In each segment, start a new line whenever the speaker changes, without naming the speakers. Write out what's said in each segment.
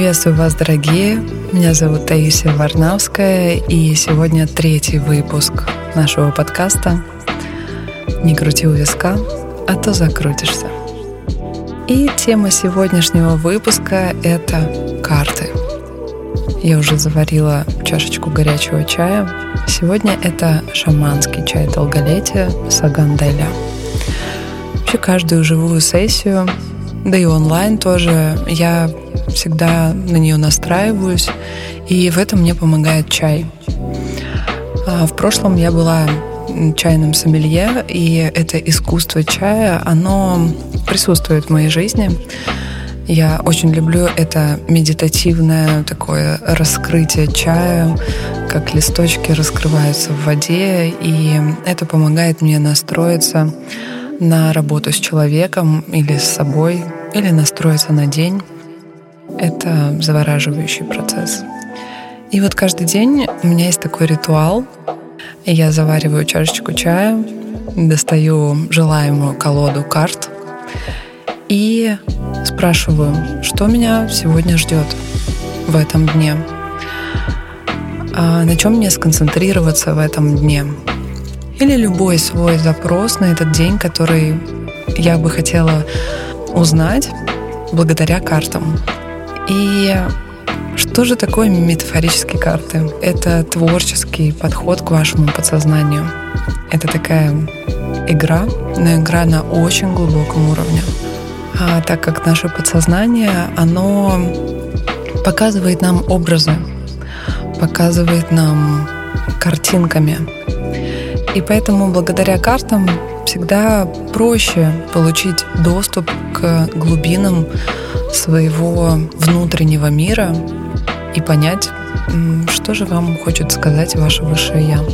Приветствую вас, дорогие! Меня зовут Таисия Варнавская, и сегодня 3-й выпуск нашего подкаста «Не крути у виска, а то закрутишься». И тема сегодняшнего выпуска — это карты. Я уже заварила чашечку горячего чая. Сегодня это шаманский чай долголетия Саган-Деля. Вообще каждую живую сессию, да и онлайн тоже, я всегда на нее настраиваюсь, и в этом мне помогает чай. В прошлом я была чайным сомелье, и это искусство чая, оно присутствует в моей жизни. Я очень люблю это медитативное такое раскрытие чая, как листочки раскрываются в воде, и это помогает мне настроиться на работу с человеком или с собой, или настроиться на день. Это завораживающий процесс. И вот каждый день у меня есть такой ритуал. Я завариваю чашечку чая, достаю желаемую колоду карт и спрашиваю, что меня сегодня ждет в этом дне, на чем мне сконцентрироваться в этом дне, или любой свой запрос на этот день, который я бы хотела узнать благодаря картам. И что же такое метафорические карты? Это творческий подход к вашему подсознанию. Это такая игра, но игра на очень глубоком уровне. Так как наше подсознание, оно показывает нам образы, показывает нам картинками. И поэтому благодаря картам всегда проще получить доступ к глубинам своего внутреннего мира и понять, что же вам хочет сказать ваше высшее «Я».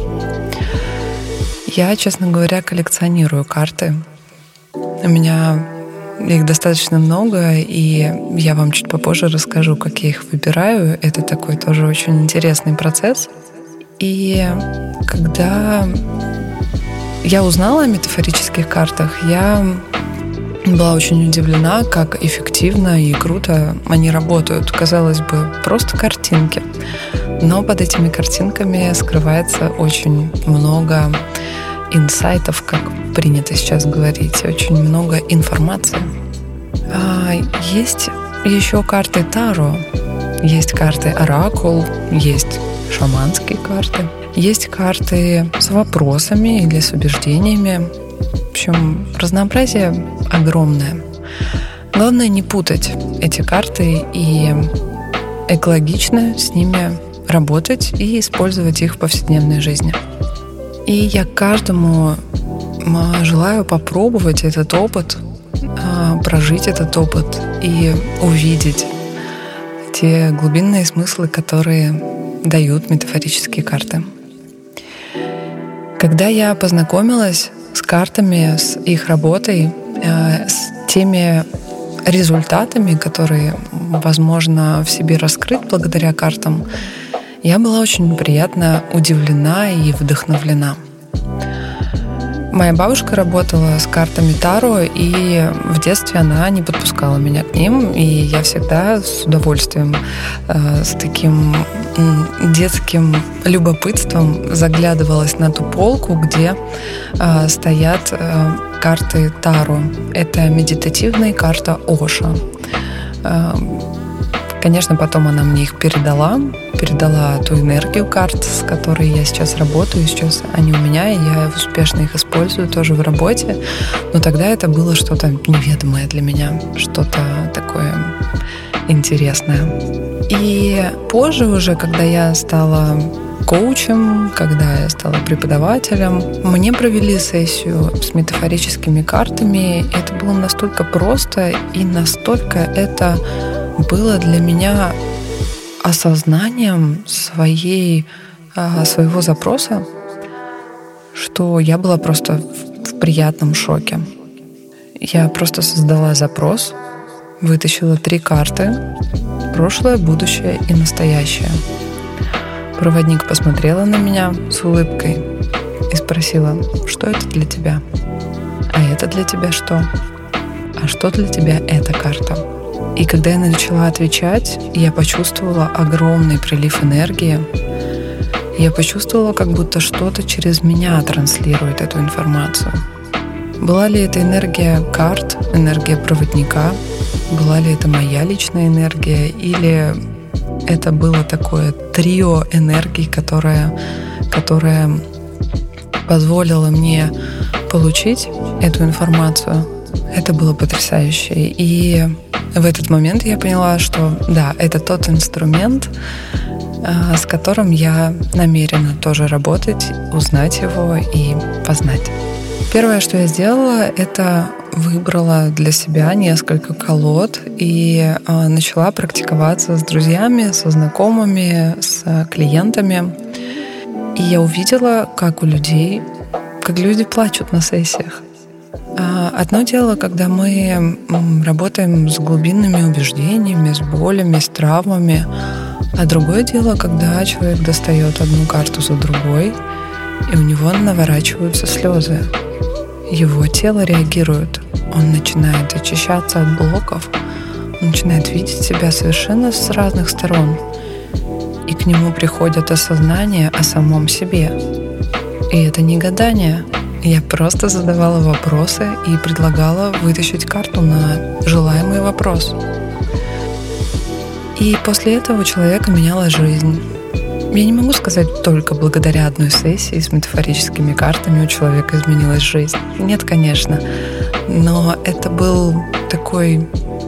Я, честно говоря, коллекционирую карты. У меня их достаточно много, и я вам чуть попозже расскажу, как я их выбираю. Это такой тоже очень интересный процесс. И когда я узнала о метафорических картах, я была очень удивлена, как эффективно и круто они работают. Казалось бы, просто картинки. Но под этими картинками скрывается очень много инсайтов, как принято сейчас говорить, очень много информации. Есть еще карты Таро, есть карты Оракул, есть шаманские карты, есть карты с вопросами или с убеждениями. В общем, разнообразие огромное. Главное не путать эти карты и экологично с ними работать и использовать их в повседневной жизни. И я каждому желаю попробовать этот опыт, прожить этот опыт и увидеть те глубинные смыслы, которые дают метафорические карты. Когда я познакомилась с картами, с их работой, с теми результатами, которые возможно в себе раскрыть благодаря картам, я была очень приятно удивлена и вдохновлена. Моя бабушка работала с картами Таро, и в детстве она не подпускала меня к ним, и я всегда с удовольствием, с таким детским любопытством заглядывалась на ту полку, где стоят карты Таро. Это медитативная карта Оша. Конечно, потом она мне их передала ту энергию карт, с которой я сейчас работаю, сейчас они у меня, и я успешно их использую тоже в работе. Но тогда это было что-то неведомое для меня, что-то такое интересное. И позже уже, когда я стала коучем, когда я стала преподавателем, мне провели сессию с метафорическими картами. Это было настолько просто, и настолько это было для меня осознанием своего запроса, что я была просто в приятном шоке. Я просто создала запрос, вытащила 3 карты: прошлое, будущее и настоящее. Проводник посмотрела на меня с улыбкой и спросила: что это для тебя? А это для тебя что? А что для тебя эта карта? И когда я начала отвечать, я почувствовала огромный прилив энергии. Я почувствовала, как будто что-то через меня транслирует эту информацию. Была ли это энергия карт, энергия проводника? Была ли это моя личная энергия? Или это было такое трио энергий, которое позволило мне получить эту информацию? Это было потрясающе. И в этот момент я поняла, что да, это тот инструмент, с которым я намерена тоже работать, узнать его и познать. Первое, что я сделала, это выбрала для себя несколько колод и начала практиковаться с друзьями, со знакомыми, с клиентами. И я увидела, как люди плачут на сессиях. Одно дело, когда мы работаем с глубинными убеждениями, с болями, с травмами, а другое дело, когда человек достает одну карту за другой, и у него наворачиваются слезы. Его тело реагирует, он начинает очищаться от блоков, он начинает видеть себя совершенно с разных сторон, и к нему приходит осознание о самом себе. И это не гадание. Я просто задавала вопросы и предлагала вытащить карту на желаемый вопрос. И после этого у человека менялась жизнь. Я не могу сказать, только благодаря одной сессии с метафорическими картами у человека изменилась жизнь. Нет, конечно. Но это был такой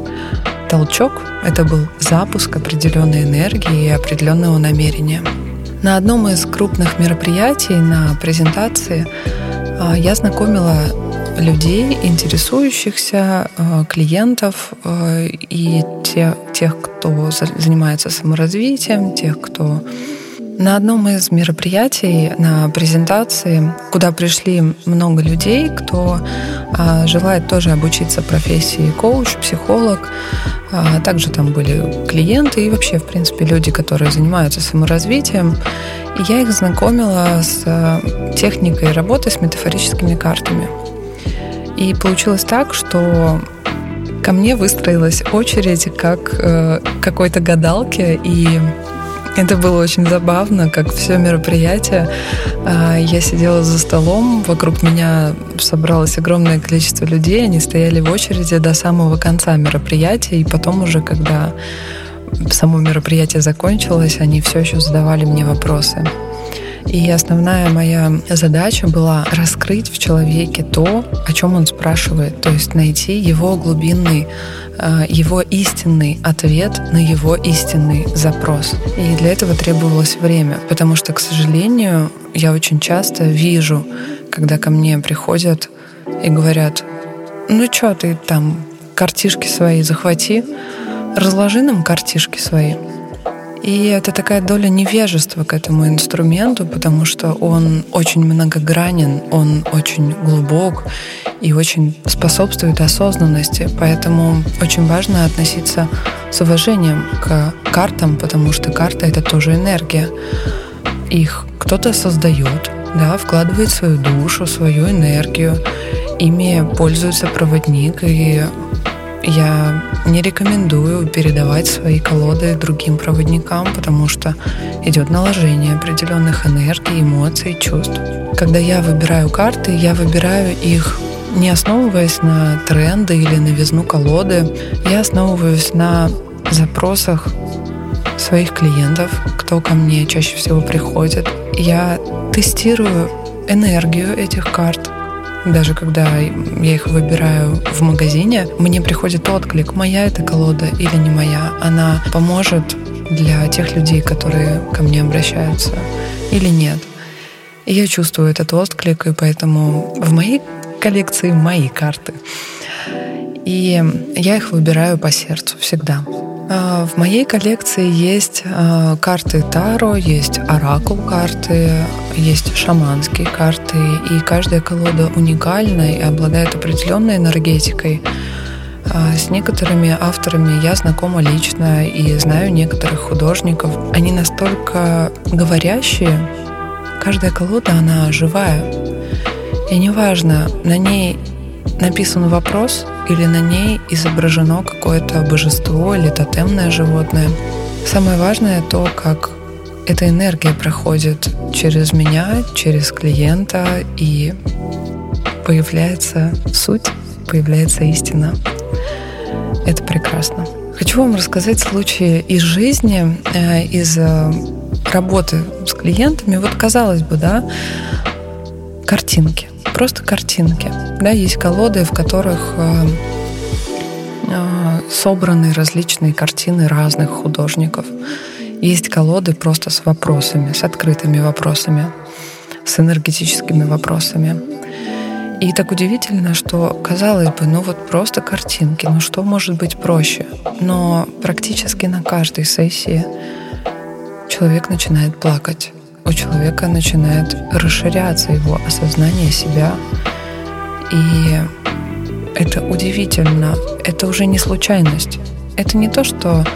толчок, это был запуск определенной энергии и определенного намерения. На одном из крупных мероприятий, на презентации, я знакомила людей, интересующихся, клиентов и тех, кто занимается саморазвитием, тех, кто... На одном из мероприятий, на презентации, куда пришли много людей, кто желает тоже обучиться профессии коуч, психолог, также там были клиенты и вообще, в принципе, люди, которые занимаются саморазвитием. И я их знакомила с техникой работы с метафорическими картами. И получилось так, что ко мне выстроилась очередь как какой-то гадалки, и это было очень забавно, как все мероприятие. Я сидела за столом, вокруг меня собралось огромное количество людей, они стояли в очереди до самого конца мероприятия, и потом уже, когда само мероприятие закончилось, они все еще задавали мне вопросы. И основная моя задача была раскрыть в человеке то, о чем он спрашивает, то есть найти его глубинный, его истинный ответ на его истинный запрос. И для этого требовалось время, потому что, к сожалению, я очень часто вижу, когда ко мне приходят и говорят: ну что ты там, картишки свои захвати, разложи нам картишки свои. И это такая доля невежества к этому инструменту, потому что он очень многогранен, он очень глубок и очень способствует осознанности. Поэтому очень важно относиться с уважением к картам, потому что карта — это тоже энергия. Их кто-то создает, да, вкладывает свою душу, свою энергию. Ими пользуется проводник, и я не рекомендую передавать свои колоды другим проводникам, потому что идет наложение определенных энергий, эмоций, чувств. Когда я выбираю карты, я выбираю их не основываясь на тренды или новизну колоды. Я основываюсь на запросах своих клиентов, кто ко мне чаще всего приходит. Я тестирую энергию этих карт. Даже когда я их выбираю в магазине, мне приходит отклик, моя эта колода или не моя. Она поможет для тех людей, которые ко мне обращаются, или нет. И я чувствую этот отклик, и поэтому в моей коллекции мои карты. И я их выбираю по сердцу всегда. В моей коллекции есть карты Таро, есть оракул карты, есть шаманские карты, и каждая колода уникальна и обладает определенной энергетикой. С некоторыми авторами я знакома лично и знаю некоторых художников. Они настолько говорящие, каждая колода, она живая. И неважно, на ней написан вопрос или на ней изображено какое-то божество или тотемное животное. Самое важное то, как эта энергия проходит через меня, через клиента, и появляется суть, появляется истина. Это прекрасно. Хочу вам рассказать случаи из жизни, из работы с клиентами. Вот, казалось бы, да, картинки. Просто картинки. Да, есть колоды, в которых собраны различные картины разных художников. Есть колоды просто с вопросами, с открытыми вопросами, с энергетическими вопросами. И так удивительно, что, казалось бы, ну вот просто картинки, ну что может быть проще? Но практически на каждой сессии человек начинает плакать. У человека начинает расширяться его осознание себя. И это удивительно. Это уже не случайность. Это не то, что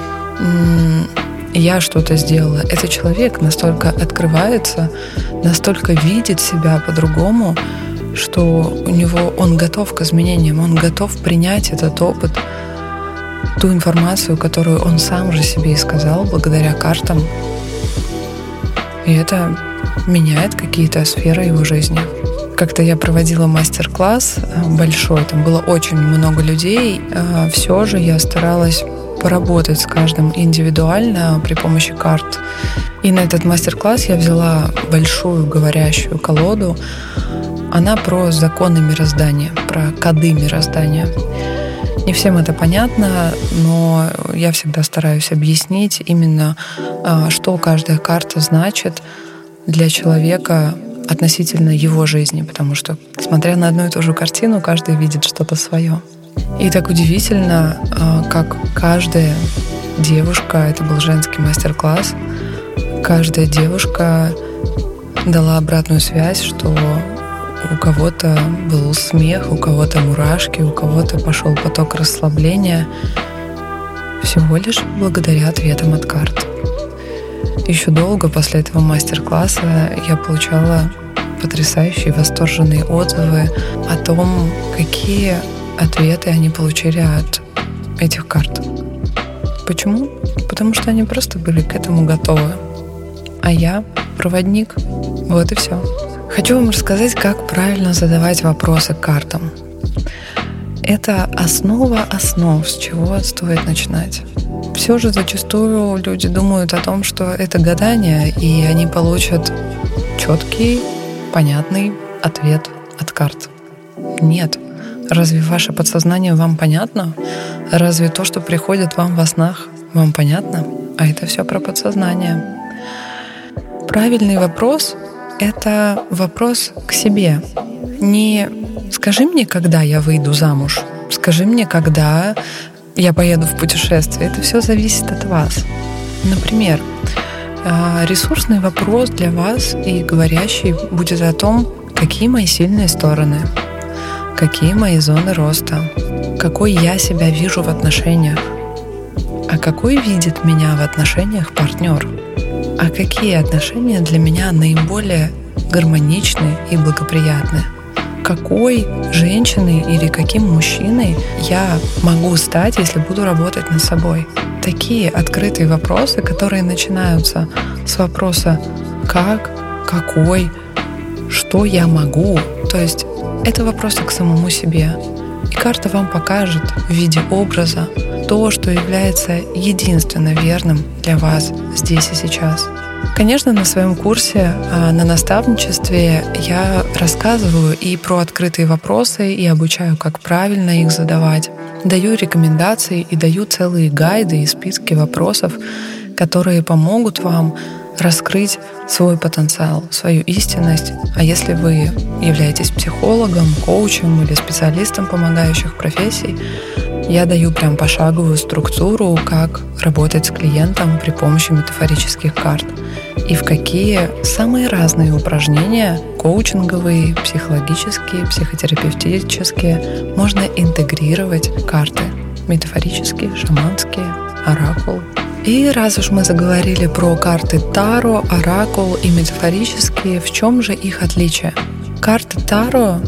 я что-то сделала. Это человек настолько открывается, настолько видит себя по-другому, что у него он готов к изменениям, он готов принять этот опыт, ту информацию, которую он сам же себе и сказал благодаря картам. И это меняет какие-то сферы его жизни. Как-то я проводила мастер-класс большой, там было очень много людей. Все же я старалась поработать с каждым индивидуально при помощи карт. И на этот мастер-класс я взяла большую говорящую колоду. Она про законы мироздания, про коды мироздания. Не всем это понятно, но я всегда стараюсь объяснить именно, что каждая карта значит для человека относительно его жизни, потому что, смотря на одну и ту же картину, каждый видит что-то свое. И так удивительно, как каждая девушка, это был женский мастер-класс, каждая девушка дала обратную связь, что у кого-то был смех, у кого-то мурашки, у кого-то пошел поток расслабления, всего лишь благодаря ответам от карт. Еще долго после этого мастер-класса я получала потрясающие, восторженные отзывы о том, какие ответы они получили от этих карт. Почему? Потому что они просто были к этому готовы. А я проводник. Вот и все. Хочу вам рассказать, как правильно задавать вопросы к картам. Это основа основ, с чего стоит начинать. Все же зачастую люди думают о том, что это гадание, и они получат четкий, понятный ответ от карт. Нет. Разве ваше подсознание вам понятно? Разве то, что приходит вам во снах, вам понятно? А это все про подсознание. Правильный вопрос — это вопрос к себе. Не «скажи мне, когда я выйду замуж», «скажи мне, когда я поеду в путешествие». Это все зависит от вас. Например, ресурсный вопрос для вас и говорящий будет о том, какие мои сильные стороны, какие мои зоны роста, какой я себя вижу в отношениях, а какой видит меня в отношениях партнер, а какие отношения для меня наиболее гармоничны и благоприятны, какой женщиной или каким мужчиной я могу стать, если буду работать над собой. Такие открытые вопросы, которые начинаются с вопроса «как?», «какой?», «что я могу?». То есть это вопросы к самому себе. И карта вам покажет в виде образа то, что является единственно верным для вас здесь и сейчас. Конечно, на своем курсе, на наставничестве я рассказываю и про открытые вопросы, и обучаю, как правильно их задавать. Даю рекомендации и даю целые гайды и списки вопросов, которые помогут вам раскрыть свой потенциал, свою истинность. А если вы являетесь психологом, коучем или специалистом помогающих профессий, я даю прям пошаговую структуру, как работать с клиентом при помощи метафорических карт и в какие самые разные упражнения, коучинговые, психологические, психотерапевтические, можно интегрировать карты метафорические, шаманские, оракул. И раз уж мы заговорили про карты Таро, оракул и метафорические, в чем же их отличие? Карты Таро,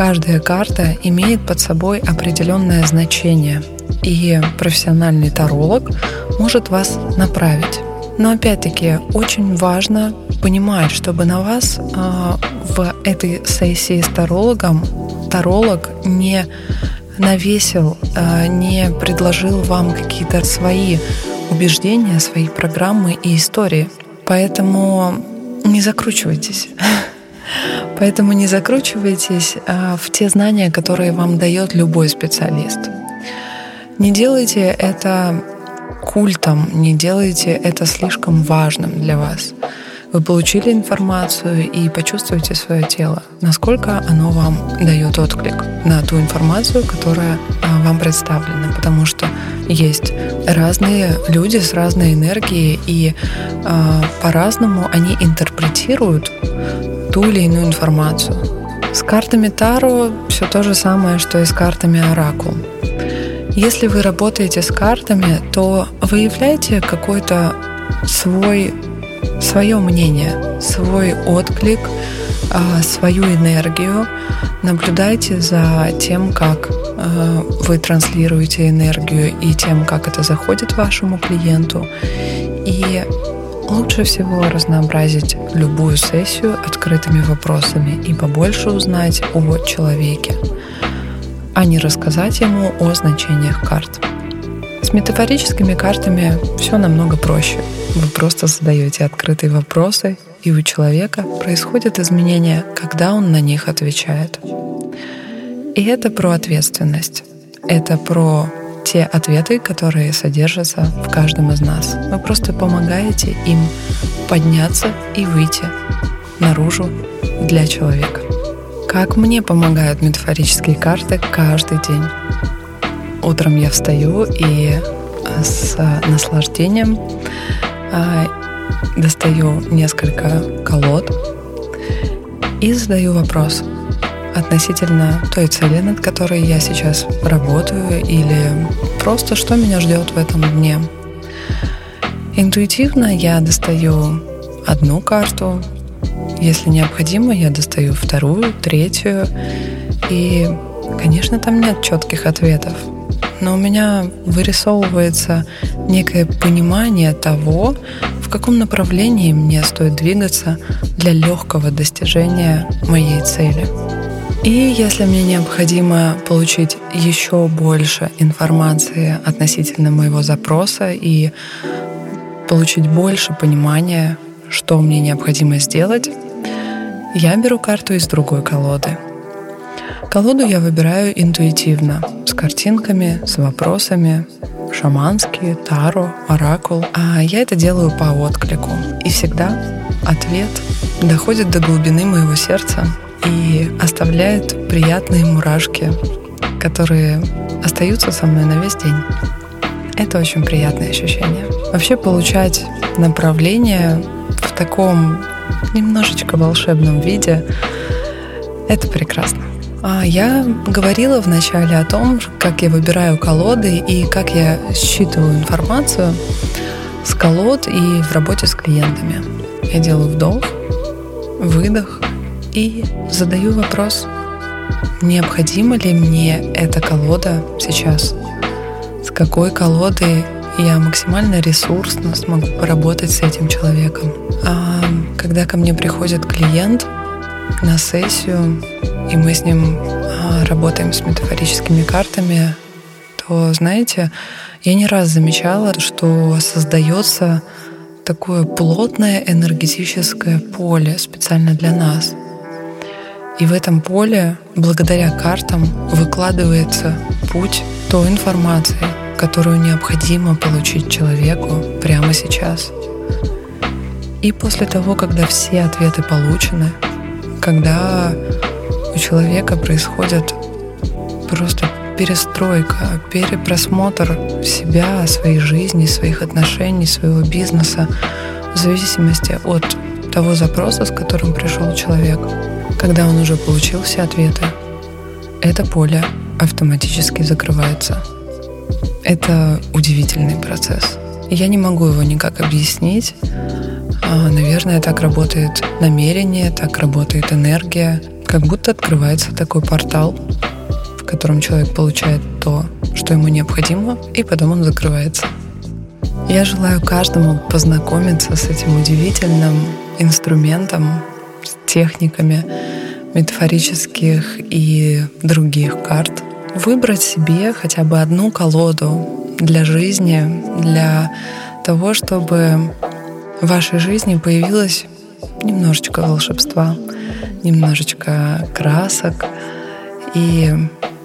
Каждая карта имеет под собой определенное значение, и профессиональный таролог может вас направить. Но опять-таки очень важно понимать, чтобы на вас в этой сессии с тарологом таролог не навесил, не предложил вам какие-то свои убеждения, свои программы и истории. Поэтому не закручивайтесь. Поэтому не закручивайтесь в те знания, которые вам дает любой специалист. Не делайте это культом, не делайте это слишком важным для вас. Вы получили информацию и почувствуйте свое тело, насколько оно вам дает отклик на ту информацию, которая вам представлена. Потому что есть разные люди с разной энергией, и по-разному они интерпретируют ту или иную информацию. С картами Таро все то же самое, что и с картами Оракул. Если вы работаете с картами, то выявляйте какой-то свое мнение, свой отклик, свою энергию. Наблюдайте за тем, как вы транслируете энергию и тем, как это заходит вашему клиенту. И лучше всего разнообразить любую сессию открытыми вопросами и побольше узнать о человеке, а не рассказать ему о значениях карт. С метафорическими картами все намного проще. Вы просто задаете открытые вопросы, и у человека происходят изменения, когда он на них отвечает. И это про ответственность. Это про те ответы, которые содержатся в каждом из нас. Вы просто помогаете им подняться и выйти наружу для человека. Как мне помогают метафорические карты каждый день. Утром я встаю и с наслаждением достаю несколько колод и задаю вопрос относительно той цели, над которой я сейчас работаю, или просто что меня ждет в этом дне. Интуитивно я достаю одну карту, если необходимо, я достаю вторую, третью, и, конечно, там нет четких ответов, но у меня вырисовывается некое понимание того, в каком направлении мне стоит двигаться для легкого достижения моей цели. И если мне необходимо получить еще больше информации относительно моего запроса и получить больше понимания, что мне необходимо сделать, я беру карту из другой колоды. Колоду я выбираю интуитивно, с картинками, с вопросами, шаманские, таро, оракул. А я это делаю по отклику. И всегда ответ доходит до глубины моего сердца и оставляет приятные мурашки, которые остаются со мной на весь день. Это очень приятное ощущение. Вообще получать направление в таком немножечко волшебном виде — это прекрасно. Я говорила вначале о том, как я выбираю колоды и как я считываю информацию с колод и в работе с клиентами. Я делаю вдох, выдох и задаю вопрос, необходима ли мне эта колода сейчас, с какой колодой я максимально ресурсно смогу поработать с этим человеком. А когда ко мне приходит клиент на сессию, и мы с ним работаем с метафорическими картами, то, знаете, я не раз замечала, что создается такое плотное энергетическое поле специально для нас. И в этом поле, благодаря картам, выкладывается путь той информации, которую необходимо получить человеку прямо сейчас. И после того, когда все ответы получены, когда у человека происходит просто перестройка, перепросмотр себя, своей жизни, своих отношений, своего бизнеса, в зависимости от того запроса, с которым пришел человек. Когда он уже получил все ответы, это поле автоматически закрывается. Это удивительный процесс. Я не могу его никак объяснить. Наверное, так работает намерение, так работает энергия. как будто открывается такой портал, в котором человек получает то, что ему необходимо, и потом он закрывается. Я желаю каждому познакомиться с этим удивительным инструментом, с техниками метафорических и других карт. Выбрать себе хотя бы одну колоду для жизни, для того, чтобы в вашей жизни появилось немножечко волшебства, немножечко красок и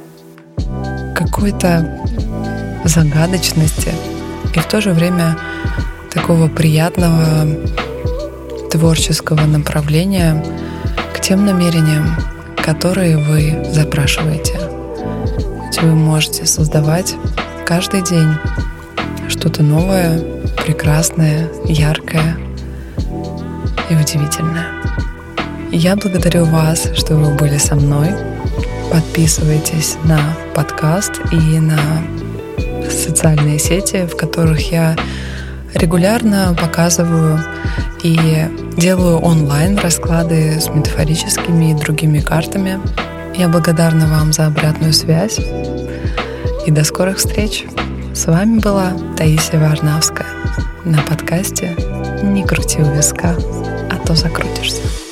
какой-то загадочности, и в то же время такого приятного творческого направления к тем намерениям, которые вы запрашиваете. Ведь вы можете создавать каждый день что-то новое, прекрасное, яркое и удивительное. Я благодарю вас, что вы были со мной. Подписывайтесь на подкаст и на социальные сети, в которых я регулярно показываю и делаю онлайн-расклады с метафорическими и другими картами. Я благодарна вам за обратную связь и до скорых встреч. С вами была Таисия Варнавская на подкасте «Не крути у виска, а то закрутишься».